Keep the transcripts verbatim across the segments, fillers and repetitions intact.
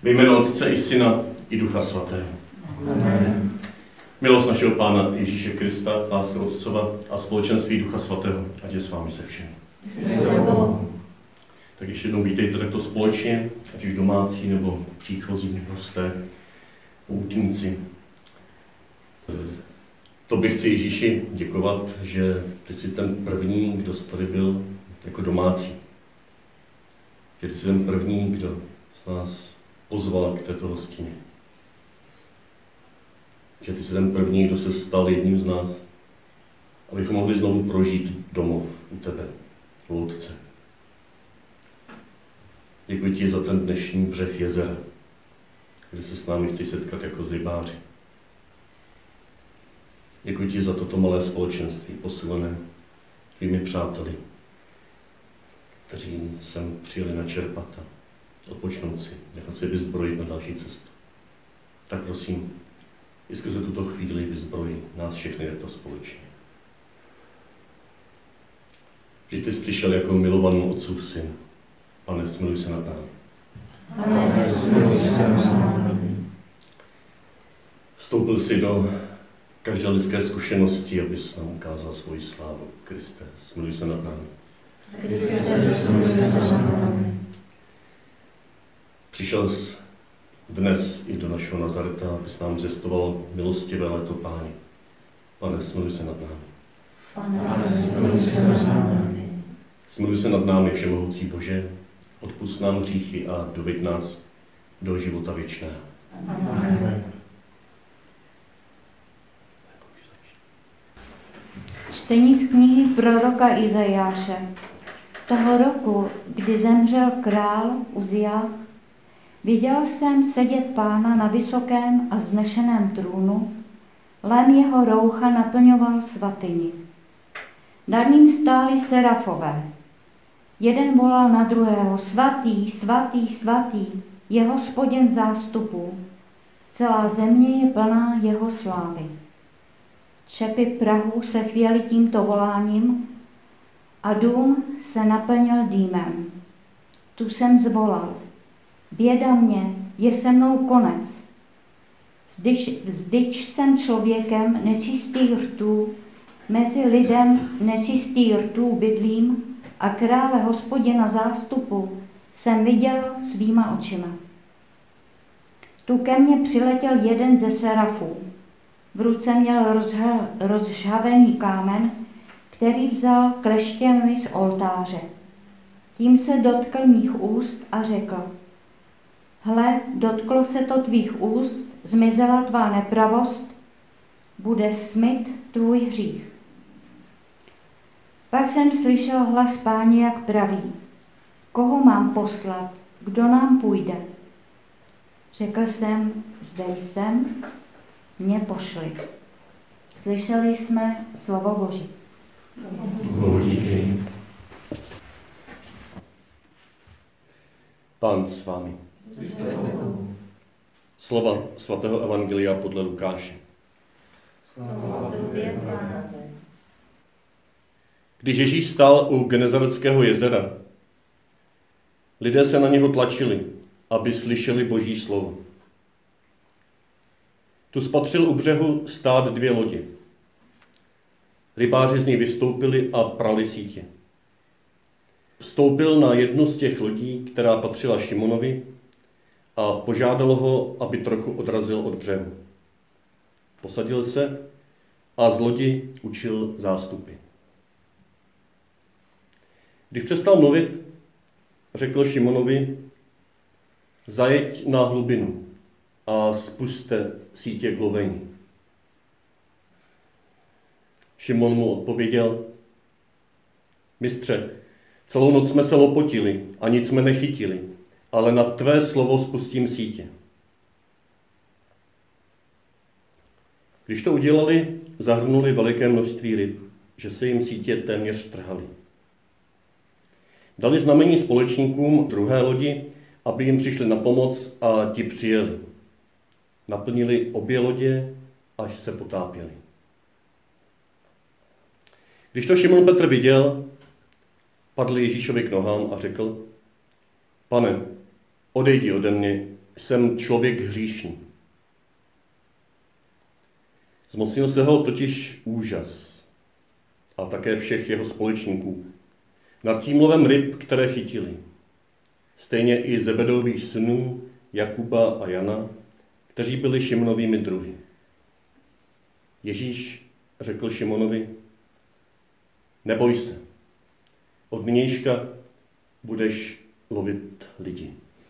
Ve jménu Otce i Syna i Ducha Svatého. Amen. Milost našeho Pána Ježíše Krista, láska Otcova a společenství Ducha Svatého, ať je s vámi se všemi. Tak ještě jednou vítejte takto společně, ať už domácí nebo příchozí hosté, poutníci. To bych chci Ježíši děkovat, že ty jsi ten první, kdo tady byl jako domácí. Že ty jsi ten první, kdo z nás pozval k této hostině. Že ty jsi ten první, kdo se stal jedním z nás, abychom mohli znovu prožít domov u tebe, u Otce. Děkuji ti za ten dnešní břeh jezera, kde se s námi chci setkat jako s rybáři. Děkuji ti za toto malé společenství, posilené tvými přáteli, kteří sem přijeli načerpat a odpočnout si, nechat si vyzbrojit na další cestu. Tak prosím, i skrze tuto chvíli vyzbrojí nás všechny takto společně. Že ty jsi přišel jako milovaný Otcův syn. Pane, smiluj se nad námi. Pane, smiluj se nad námi. Vstoupil jsi do každé lidské zkušenosti, abys nám ukázal svoji slávu. Kriste, smiluj se nad námi. Kriste, smiluj se nad námi. Přišel jsi dnes i do našeho Nazareta, abys nám zjistoval milostivé léto Páně. Pane, smiluj se nad námi. Pane, smiluj se nad námi. Smiluj se nad námi, všemohoucí Bože, odpusť nám hříchy a doveď nás do života věčného. Amen. Čtení z knihy proroka Izajáše. Toho roku, kdy zemřel král Uzia, viděl jsem sedět Pána na vysokém a vznešeném trůnu, lem jeho roucha naplňoval svatyni. Nad ním stáli serafové. Jeden volal na druhého: svatý, svatý, svatý, je Hospodin zástupů. Celá země je plná jeho slávy. Čepy prahu se chvěly tímto voláním a dům se naplnil dýmem. Tu jsem zvolal: běda mě, je se mnou konec. Vždyť jsem člověkem nečistých rtů, mezi lidem nečistých rtů bydlím a krále Hospodina zástupu jsem viděl svýma očima. Tu ke mně přiletěl jeden ze serafů. V ruce měl rozha- rozžhavený kámen, který vzal kleštěmi z oltáře. Tím se dotkl mých úst a řekl: hle, dotklo se to tvých úst, zmizela tvá nepravost, bude smyt tvůj hřích. Pak jsem slyšel hlas Páně, jak praví: koho mám poslat, kdo nám půjde? Řekl jsem: zde jsem, mě pošli. Slyšeli jsme slovo Boží. Bohu díky. Pán s vámi. Slova svatého evangelia podle Lukáše. Když Ježíš stál u Genezaretského jezera, lidé se na něho tlačili, aby slyšeli Boží slovo. Tu spatřil u břehu stát dvě lodě. Rybáři z ní vystoupili a prali sítě. Vstoupil na jednu z těch lodí, která patřila Šimonovi, a požádal ho, aby trochu odrazil od břehu. Posadil se a z lodi učil zástupy. Když přestal mluvit, řekl Šimonovi: zajeď na hlubinu a spuste sítě k lovení. Šimon mu odpověděl: mistře, celou noc jsme se lopotili a nic jsme nechytili, ale na tvé slovo spustím sítě. Když to udělali, zahrnuli veliké množství ryb, že se jim sítě téměř trhaly. Dali znamení společníkům druhé lodi, aby jim přišli na pomoc, a ti přijeli. Naplnili obě lodě, až se potápěli. Když to Šimon Petr viděl, padl Ježíšovi k nohám a řekl: Pane, odejdi ode mě, jsem člověk hříšný. Zmocnil se ho totiž úžas a také všech jeho společníků nad tím lovem ryb, které chytili. Stejně i Zebedových synů Jakuba a Jana, kteří byli Šimonovými druhy. Ježíš řekl Šimonovi, neboj se, od nynějška budeš lovit lidi.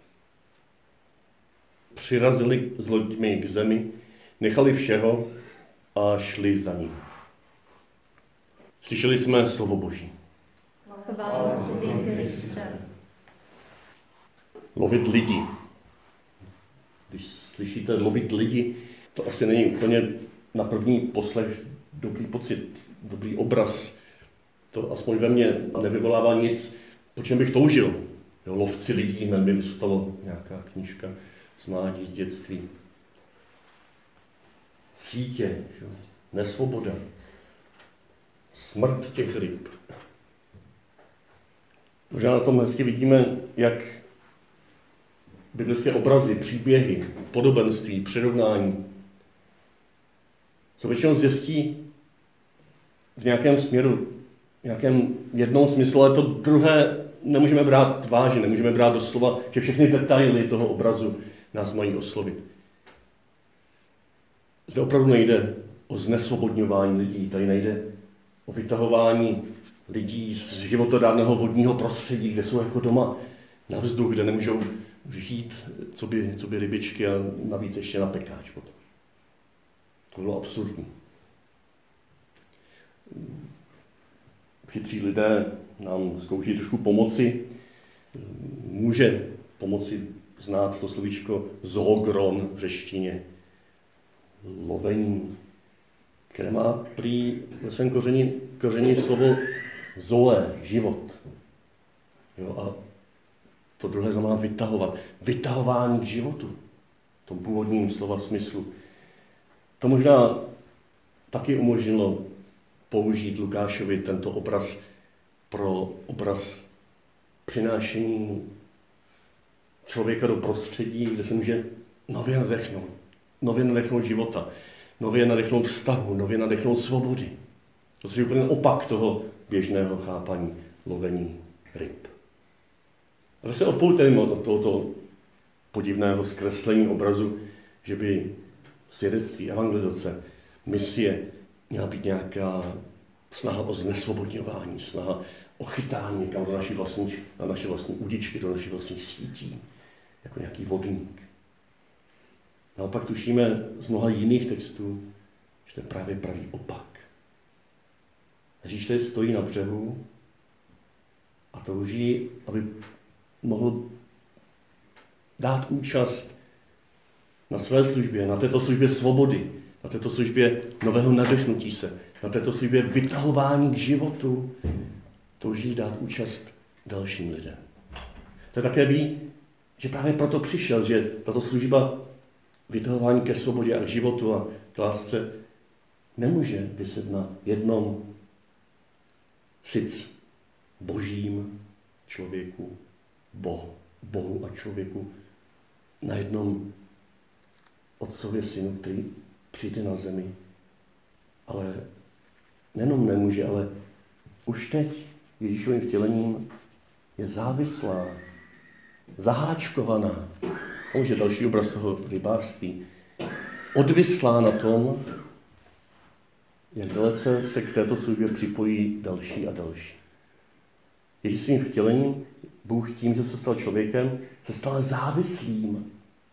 Přirazili s loďmi k zemi, nechali všeho a šli za ním. Slyšeli jsme slovo Boží. Chvála tobě, Kriste. Lovit lidi. Když slyšíte lovit lidi, to asi není úplně na první poslech dobrý pocit, dobrý obraz. To aspoň ve mně nevyvolává nic, po čem bych toužil. Jo, lovci lidí, hned by vystalo nějaká knížka z mládí, z dětství. Sítě, jo, nesvoboda, smrt těch ryb. Možná na tom hezky vidíme, jak biblické obrazy, příběhy, podobenství, přirovnání se většinou zjistí v nějakém směru, v nějakém jednom smyslu, ale to druhé nemůžeme brát vážně, nemůžeme brát doslova, že všechny detaily toho obrazu nás mají oslovit. Zde opravdu nejde o znesvobodňování lidí, tady nejde o vytahování lidí z životodárného vodního prostředí, kde jsou jako doma na vzduch, kde nemůžou žít, co by, co by rybičky a navíc ještě na pekáč potom. To bylo absurdní. Chytří lidé nám zkouší trošku pomoci. Může pomoci znát to slovíčko zoogron v řeštině. Lovení, které má prý ve svém koření, koření slovo zoe, život. Jo, a to druhé znamená vytahovat. Vytahování k životu. V tom původním slova smyslu. To možná taky umožnilo použít Lukášovi tento obraz pro obraz přinášení člověka do prostředí, kde se může nově nadechnout. Nově nadechnout života. Nově nadechnout vztahu. Nově nadechnout svobody. To je úplně opak toho běžného chápaní lovení ryb. A tak se odpoutejme od tohoto podivného zkreslení obrazu, že by svědectví, evangelizace, misie měla být nějaká snaha o znesvobodňování, snaha o chytání někam do naší vlastní, na naše vlastní udičky, do našich vlastních sítí, jako nějaký vodník. Naopak tušíme z mnoha jiných textů, že to je právě pravý opak. Ježíš tady stojí na břehu a touží, aby mohl dát účast na své službě, na této službě svobody, na této službě nového nadechnutí se, na této službě vytahování k životu, touží dát účast dalším lidem. To také ví, že právě proto přišel, že tato služba vytahování ke svobodě a k životu a k lásce nemůže vyset na jednom sic božím člověku, Bohu, Bohu a člověku, na jednom otcově synu, který přijde na zemi. Ale nejenom nemůže, ale už teď Ježíšovým vtělením je závislá, zaháčkovaná. To je další obraz toho rybářství. Odvislá na tom, jak dalece se k této službě připojí další a další. Ježíš svým vtělením, Bůh tím, že se stal člověkem, se stal závislým,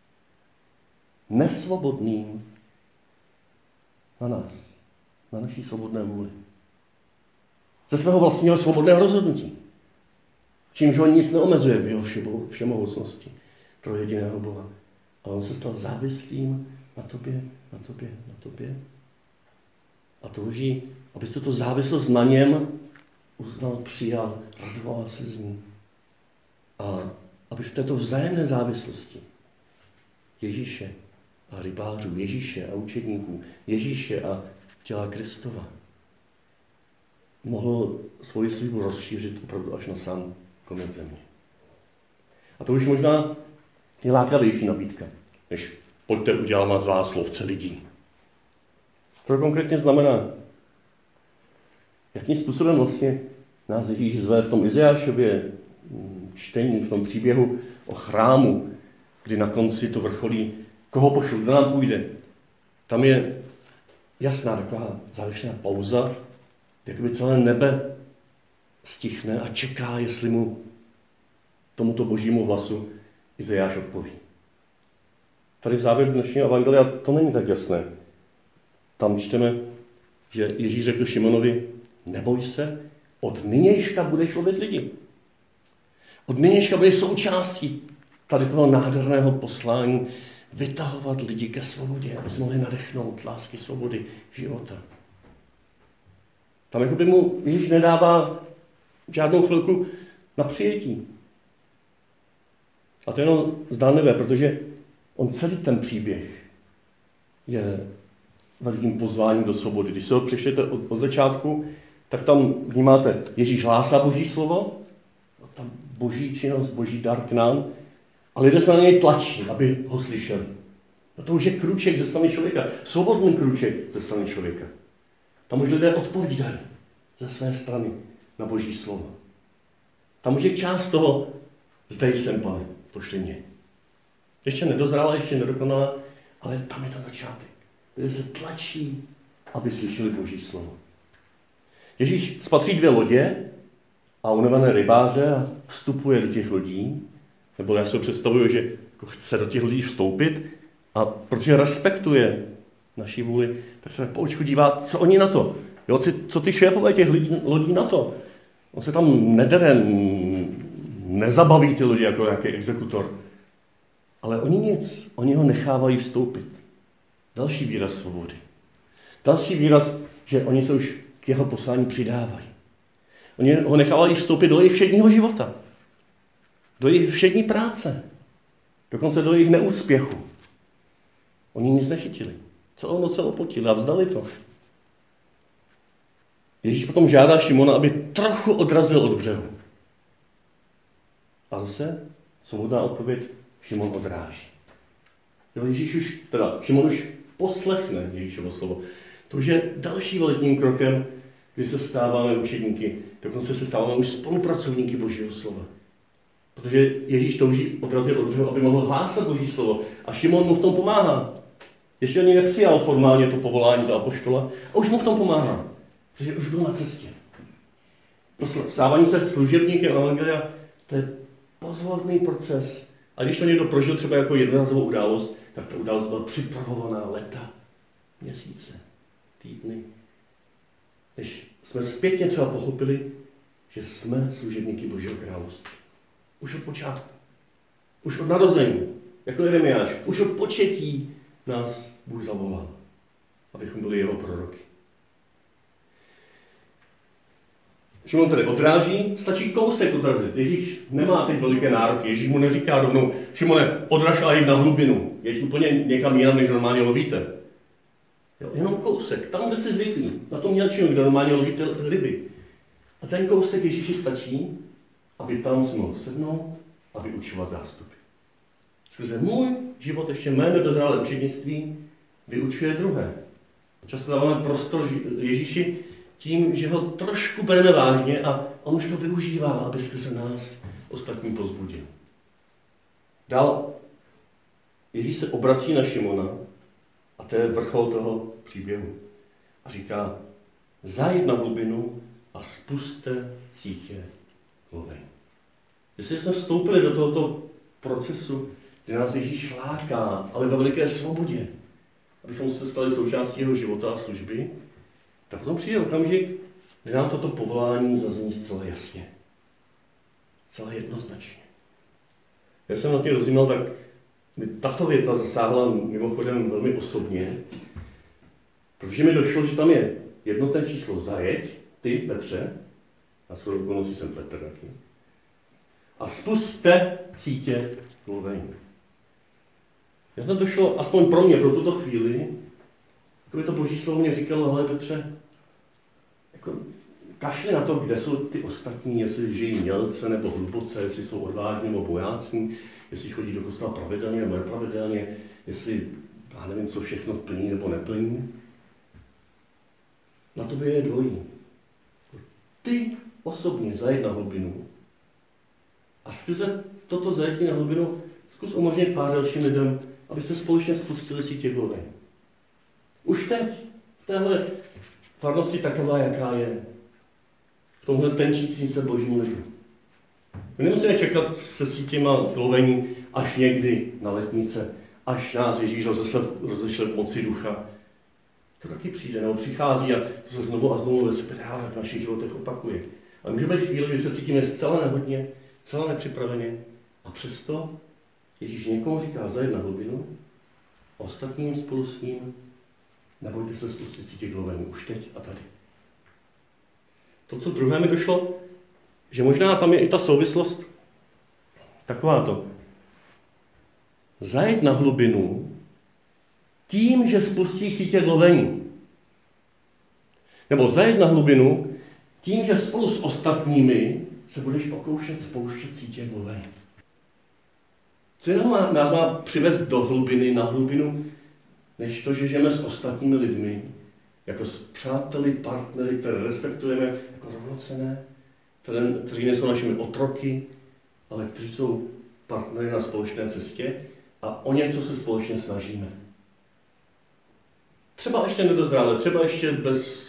nesvobodným na nás, na naší svobodné vůli. Ze svého vlastního svobodného rozhodnutí. Čímž ho nic neomezuje v jeho všemohoucnosti pro jediného Boha. Ale on se stal závislým na tobě, na tobě, na tobě. A touží, abys tuto závislost na něm uznal, přijal, radoval se z ní. A aby v této vzájemné závislosti Ježíše a rybářů, Ježíše a učedníků, Ježíše a těla Kristova mohl svoji službu rozšířit opravdu až na sám konec země. A to už možná je lákavější nabídka, než pojďte uděláme z vás lovce lidí. Co to konkrétně znamená? Jakým způsobem vlastně nás Ježíš zve v tom Izajášově čtení, v tom příběhu o chrámu, kdy na konci to vrcholí, koho pošlu, kdo nám půjde. Tam je jasná taková závěrečná pauza, jakoby celé nebe stichne a čeká, jestli mu tomuto božímu hlasu Izajáš odpoví. Tady v závěru dnešního evangelia to není tak jasné. Tam čteme, že Ježíš řekl Šimonovi, neboj se, od nynějška budeš lovit lidi. Od nynějška budeš součástí tady toho nádherného poslání vytahovat lidi ke svobodě, aby se mohli nadechnout lásky svobody, života. Tam jako by mu Ježíš nedává žádnou chvilku na přijetí. A to je jenom zdánlivé, protože on celý ten příběh je velikým pozváním do svobody. Když se ho přečtete od, od začátku, tak tam vnímáte, Ježíš hlásá boží slovo, tam boží činnost, boží dar k nám, a lidé se na něj tlačí, aby ho slyšeli. No to už je krůček ze strany člověka, svobodný krůček ze strany člověka. Tam už lidé odpovídají ze své strany na boží slovo. Tam už je část toho, zde jsem, Pane, pošli mě. Ještě nedozrála, ještě nedokonala, ale tam je ten začátek. Lidé se tlačí, aby slyšeli boží slovo. Ježíš spatří dvě lodě a unavené rybáře a vstupuje do těch lodí, nebo já si představuju, že jako chce do těch lodí vstoupit a protože respektuje naši vůli, tak se po očku dívá, co oni na to. Jo, co ty šéfové těch lodí na to. On se tam nedere, nezabaví ty lodi jako nějaký exekutor. Ale oni nic, oni ho nechávají vstoupit. Další výraz svobody. Další výraz, že oni se už k jeho poslání přidávají. Oni ho nechávají vstoupit do jejich všedního života. Do jejich všední práce. Dokonce do jejich neúspěchu. Oni nic nechytili. Celou noc se opotili a vzdali to. Ježíš potom žádá Šimona, aby trochu odrazil od břehu. A zase svobodná odpověď, Šimon odráží. Jo, Ježíš už, teda Šimon už poslechne Ježíšovo slovo. To už je další velikým krokem, kdy se stáváme učedníky. Dokonce se stáváme už spolupracovníky Božího slova. Protože Ježíš touží odrazit od břehu, aby mohl hlásat Boží slovo. A Šimon mu v tom pomáhá. Ještě ani nepřijal formálně to povolání za apoštola a už mu v tom pomáhá. Takže už byl na cestě. To stávání se služebníkem evangelia, to je pozorný proces. A když to někdo prožil třeba jako jednorázovou událost, tak ta událost byla připravovaná léta, měsíce, týdny. Než jsme zpětně třeba pochopili, že jsme služebníky Božího království. Už od počátku. Už od narození. Jako Jeremiáš. Už od početí nás Bůh zavolal. Abychom byli jeho proroky. Šimon tedy odráží, stačí kousek odrazit. Ježíš nemá teď veliké nároky. Ježíš mu neříká rovnou, Šimone, odraž a jít na hlubinu. Jeď úplně někam jinam, než normálně lovíte. Jo, jenom kousek, tam, kde jsi zvyklý. Na tom mělčinu, kde normálně lovíte ryby. A ten kousek Ježíši stačí, aby tam si mohl sednout a vyučovat zástupy. Skrze můj život, ještě mé nedozrálé učednictví, vyučuje druhé. Často dáváme prostor Ježíši tím, že ho trošku bereme vážně a on už to využívá, aby skrze nás ostatní pozbudil. Dál Ježíš se obrací na Šimona a to je vrchol toho příběhu. A říká, zajít na hlubinu a spuste sítě loveň. Jestli jsme vstoupili do tohoto procesu, kde nás Ježíš láká, ale ve veliké svobodě, abychom se stali součástí jeho života a služby, tak potom přijde okamžik, že nám toto povolání zazní zcela jasně. Zcela jednoznačně. Já jsem na tím rozjímal, tak tato věta zasáhla mimochodem velmi osobně, protože mi došlo, že tam je jednotné číslo zajeď, ty, Petře, a svou okolností jsem Petr taky, a spuste sítě loveň. Já to došlo, aspoň pro mě, pro tuto chvíli, kdyby to Boží slovo mě říkalo, hele Petře, jako, Kašli na to, kde jsou ty ostatní, jestli žijí mělce nebo hluboce, jestli jsou odvážní nebo bojácní, jestli chodí do kostela pravidelně nebo nepravidelně, jestli, já nevím, co všechno plní nebo neplní. Na tobě je dvojí. Ty osobně zajet na hlubinu a skrze toto zajetí na hlubinu zkus umožnit pár dalším lidem, abyste společně spustili sítě Glory. Už teď, v téhle farnosti taková, jaká je, v tomhle tenčícím se božím lidu. My nemusíme čekat se sítěma Glory až někdy na letnice, až nás Ježíš rozešle v moci ducha. To taky přijde, nebo přichází a to se znovu a znovu ve spirále v našich životech opakuje. Ale může být chvíli, kdy se cítíme zcela nehodně, zcela nepřipraveně a přesto Ježíš někomu říká zajet na hlubinu a ostatním spolu s ním nebojte se spustit sítě Glory už teď a tady. To, co druhé mi došlo, že možná tam je i ta souvislost takováto. Zajet na hlubinu tím, že spustí sítě Glory. Nebo zajet na hlubinu tím, že spolu s ostatními se budeš pokoušet spouštět sítě Glory. Co je nás má přivést do hlubiny, na hlubinu, než to, že žijeme s ostatními lidmi, jako s přáteli, partnery, které respektujeme jako rovnocenné, které, kteří nejsou našimi otroky, ale kteří jsou partnery na společné cestě a o něco se společně snažíme. Třeba ještě nedozrále, třeba ještě bez,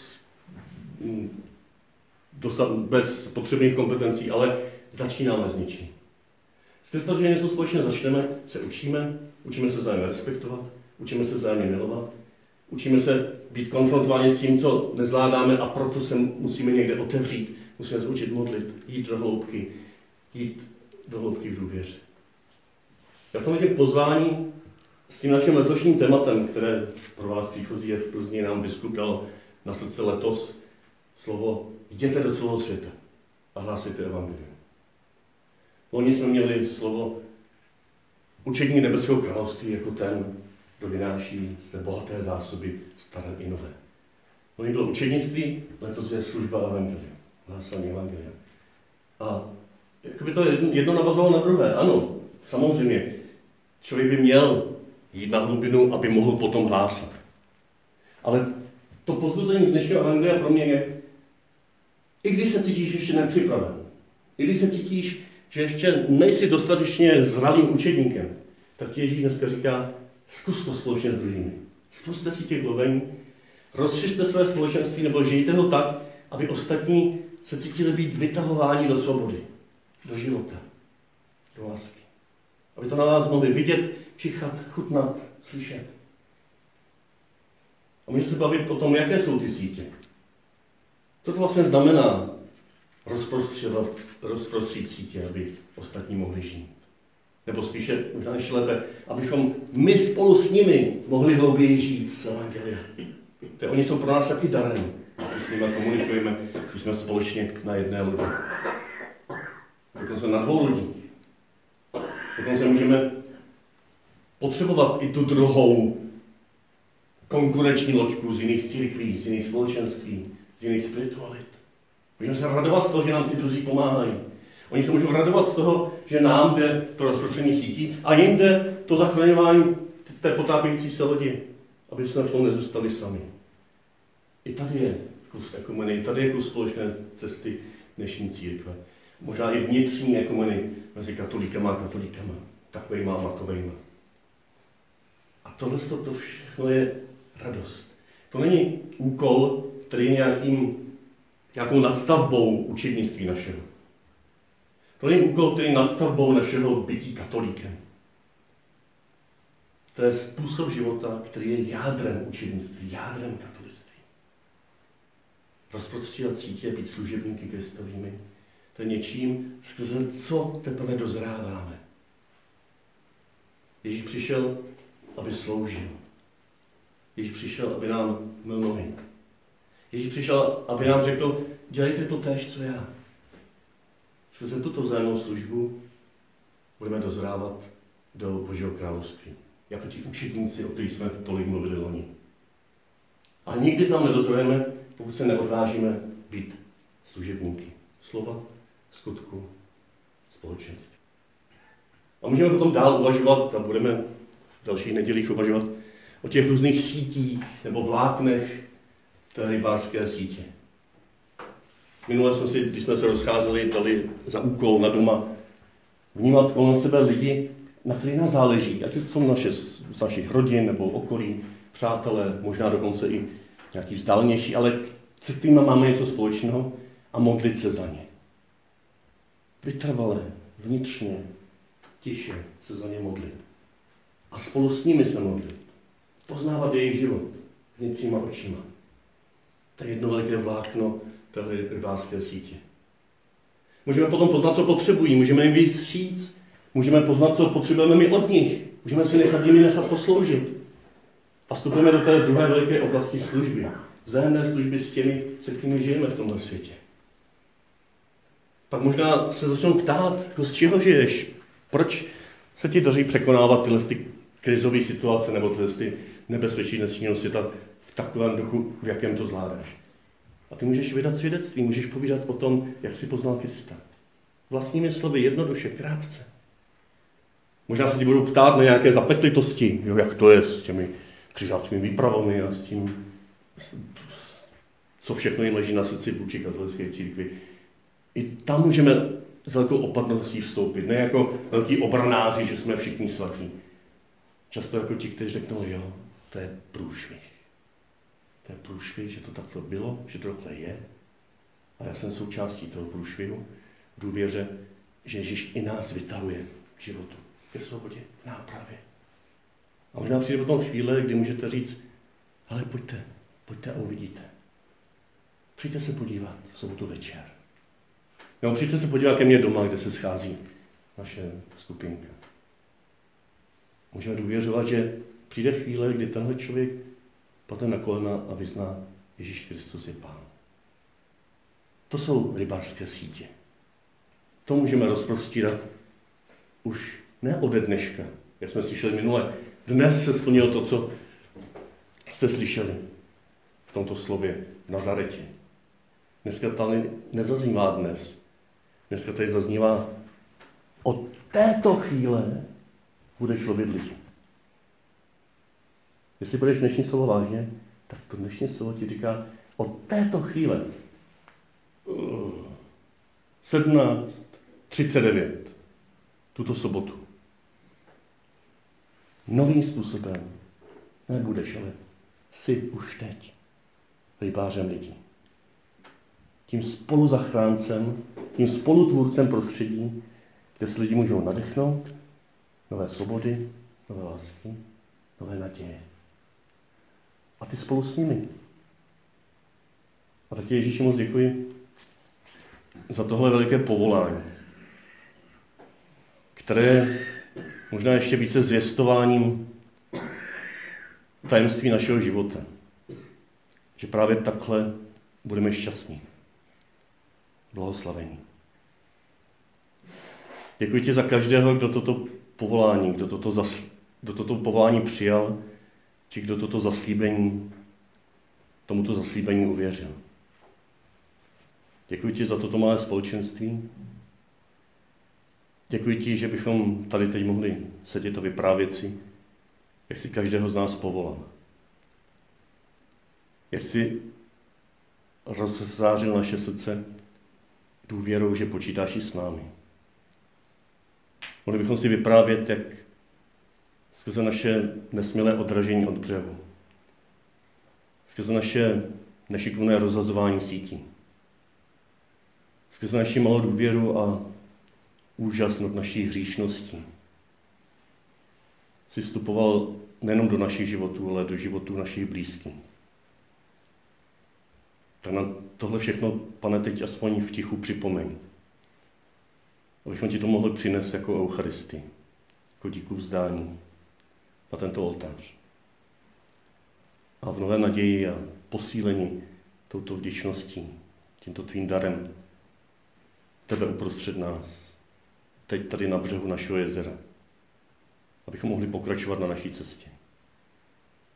dostat, bez potřebných kompetencí, ale začínáme s něčím. Skrz to, že něco společně začneme, se učíme, učíme se vzájemně respektovat, učíme se vzájemně milovat, učíme se být konfrontováni s tím, co nezvládáme a proto se musíme někde otevřít. Musíme se učit modlit, jít do hloubky, jít do hloubky v důvěře. Já v tom vidím pozvání s tím naším letošním tématem, které pro vás příchozí je v Plzni, nám biskup dal na srdce letos slovo jděte do celého světa a hlásejte evangelium. Loni jsme měli slovo učení nebeského království jako ten, kdo vynáší z té bohaté zásoby staré i nové. Loni bylo učednictví, letos je služba evangelia, hlásání evangelia. A jakoby to jedno navazovalo na druhé. Ano, samozřejmě, člověk by měl jít na hlubinu, aby mohl potom hlásat. Ale to povzbuzení z dnešního evangelia pro mě je, i když se cítíš ještě nepřipraven, i když se cítíš, že ještě nejsi dostatečně zralým učedníkem, tak ti Ježíš dneska říká, zkus to společně s druhými. Spuste si těch Glory, rozšiřte své společenství nebo žijte ho tak, aby ostatní se cítili být vytahováni do svobody, do života, do lásky. Aby to na vás mohli vidět, čichat, chutnat, slyšet. A můžeme se bavit o tom, jaké jsou ty sítě. Co to vlastně znamená rozprostřít sítě, aby ostatní mohli žít. Nebo spíše, možná ještě lépe, abychom my spolu s nimi mohli hlouběji žít z evangelia. To oni jsou pro nás taky darem, když s nimi komunikujeme, když jsme společně na jedné lodi. Dokonce na dvou lodích. Dokonce můžeme potřebovat i tu druhou konkurenční loďku z jiných církví, z jiných společenství, z jiných spiritualit. Můžeme se radovat z toho, že nám ty druzí pomáhají. Oni se můžou radovat z toho, že nám jde to rozprostření sítí a jim jde to zachraňování té potápějící se lodi, aby jsme v tom nezůstali sami. I tady je kus ekumeny, tady je kus společné cesty dnešní církve. Možná i vnitřní ekumeny mezi katolíkama a katolíkama, takovejma a makovejma. A tohle to všechno je radost. To není úkol, který je nějakým, nějakou nadstavbou učednictví našeho. To není úkol, který je nadstavbou našeho bytí katolíkem. To je způsob života, který je jádrem učednictví, jádrem katolictví. Rozprostřívat sítě, být služebníky Kristovými, to je něčím, skrze co teprve dozráváme. Ježíš přišel, aby sloužil. Ježíš přišel, aby nám myl nohy. Ježíš přišel, aby nám řekl, dělejte to též, co já. Skrze tuto vzájemnou službu budeme dozrávat do Božího království. Jako ti učedníci, o kterých jsme tolik mluvili loni. A nikdy tam nedozrajeme, pokud se neodvážíme být služebníky slova, skutku, společenství. A můžeme potom dál uvažovat, a budeme v dalších nedělích uvažovat, o těch různých sítích nebo vláknech té rybářské sítě. Minule jsme si, když jsme se rozcházeli, dali za úkol na doma vnímat kolem sebe lidi, na kterých nás záleží, ať už jsou naše, z našich rodin nebo okolí, přátelé, možná dokonce i nějaký vzdálenější, ale se kterými máme něco společného a modlit se za ně. Vytrvalé, vnitřně, tiše se za ně modlit. A spolu s nimi se modlit. Poznávat jejich život vnitřníma očima. To je jedno veliké vlákno téhle rybářské sítě. Můžeme potom poznat, co potřebují, můžeme jim víc říct, můžeme poznat, co potřebujeme my od nich, můžeme si nechat jimi nechat posloužit. A vstupujeme do té druhé veliké oblasti služby. Vzájemné služby s těmi, se kterými žijeme v tomhle světě. Pak možná se začnou ptát, jako z čeho žiješ, proč se ti daří překonávat tyhle ty krizové situace nebo tyhle ty nebezpečí dnešního světa v takovém duchu, v jakém to zvládáš. A ty můžeš vydat svědectví, můžeš povídat o tom, jak jsi poznal Krista. Vlastními slovy, jednoduše, krátce. Možná se ti budou ptát na nějaké zapeklitosti, jo, jak to je s těmi křižáckými výpravami a s tím, co všechno jim leží na srdci vůči katolické církvi. I tam můžeme s velkou opatrností vstoupit, ne jako velký obranáři, že jsme všichni svatí. Často jako ti, kteří řeknou, jo, to je průšvih. To je průšvih, že to takhle bylo, že to takhle je. A já jsem součástí toho průšvihu v důvěře, že Ježíš i nás vytahuje k životu, ke svobodě, k nápravě. A možná přijde potom chvíle, kdy můžete říct, ale pojďte, pojďte a uvidíte. Přijďte se podívat v sobotu večer. Nebo přijďte se podívat ke mně doma, kde se schází naše skupinka. Můžeme důvěřovat, že přijde chvíle, kdy tenhle člověk padne na kolena a vyzná, Ježíš Kristus je Pán. To jsou rybářské sítě. To můžeme rozprostírat už ne ode dneška, jak jsme slyšeli minule. Dnes se splnilo to, co jste slyšeli v tomto slově v Nazaretě. Dneska tady nezaznívá dnes. Dneska tady zaznívá od této chvíle budeš lovit lidi. Jestli budeš dnešní slovo vážně, tak to dnešní slovo ti říká od této chvíle sedmnáct třicet devět tuto sobotu. Novým způsobem nebudeš, ale jsi už teď rybářem lidí. Tím spoluzachráncem, tím spolutvůrcem prostředí, kde se lidi můžou nadechnout, nové svobody, nové lásky, nové naděje. A ty spolu s nimi. A tak ti Ježíši moc děkuji za tohle veliké povolání, které možná ještě více zvěstováním tajemství našeho života. Že právě takhle budeme šťastní. Blahoslavení. Děkuji ti za každého, kdo toto povolání, kdo toto, zasl- kdo toto povolání přijal, či kdo toto zaslíbení, tomuto zaslíbení uvěřil. Děkuji ti za toto malé společenství. Děkuji ti, že bychom tady teď mohli sedět a vyprávět si, jak si každého z nás povolal. Jak si rozzářil naše srdce důvěrou, že počítáš i s námi. Mohli bychom si vyprávět, jak skrze naše nesmělé odražení od břehu, skrze naše nešikovné rozhazování sítí, skrze naši malou důvěru a úžas nad naší hříšností si vstupoval nejenom do našich životů, ale do životů našich blízkých. Tak na tohle všechno, Pane, teď aspoň v tichu připomeň. Abychom ti to mohli přinést jako Eucharistii, jako díku vzdání na tento oltář. A v nové naději a posílení touto vděčností, tímto tvým darem, tebe uprostřed nás, teď tady na břehu našeho jezera, abychom mohli pokračovat na naší cestě.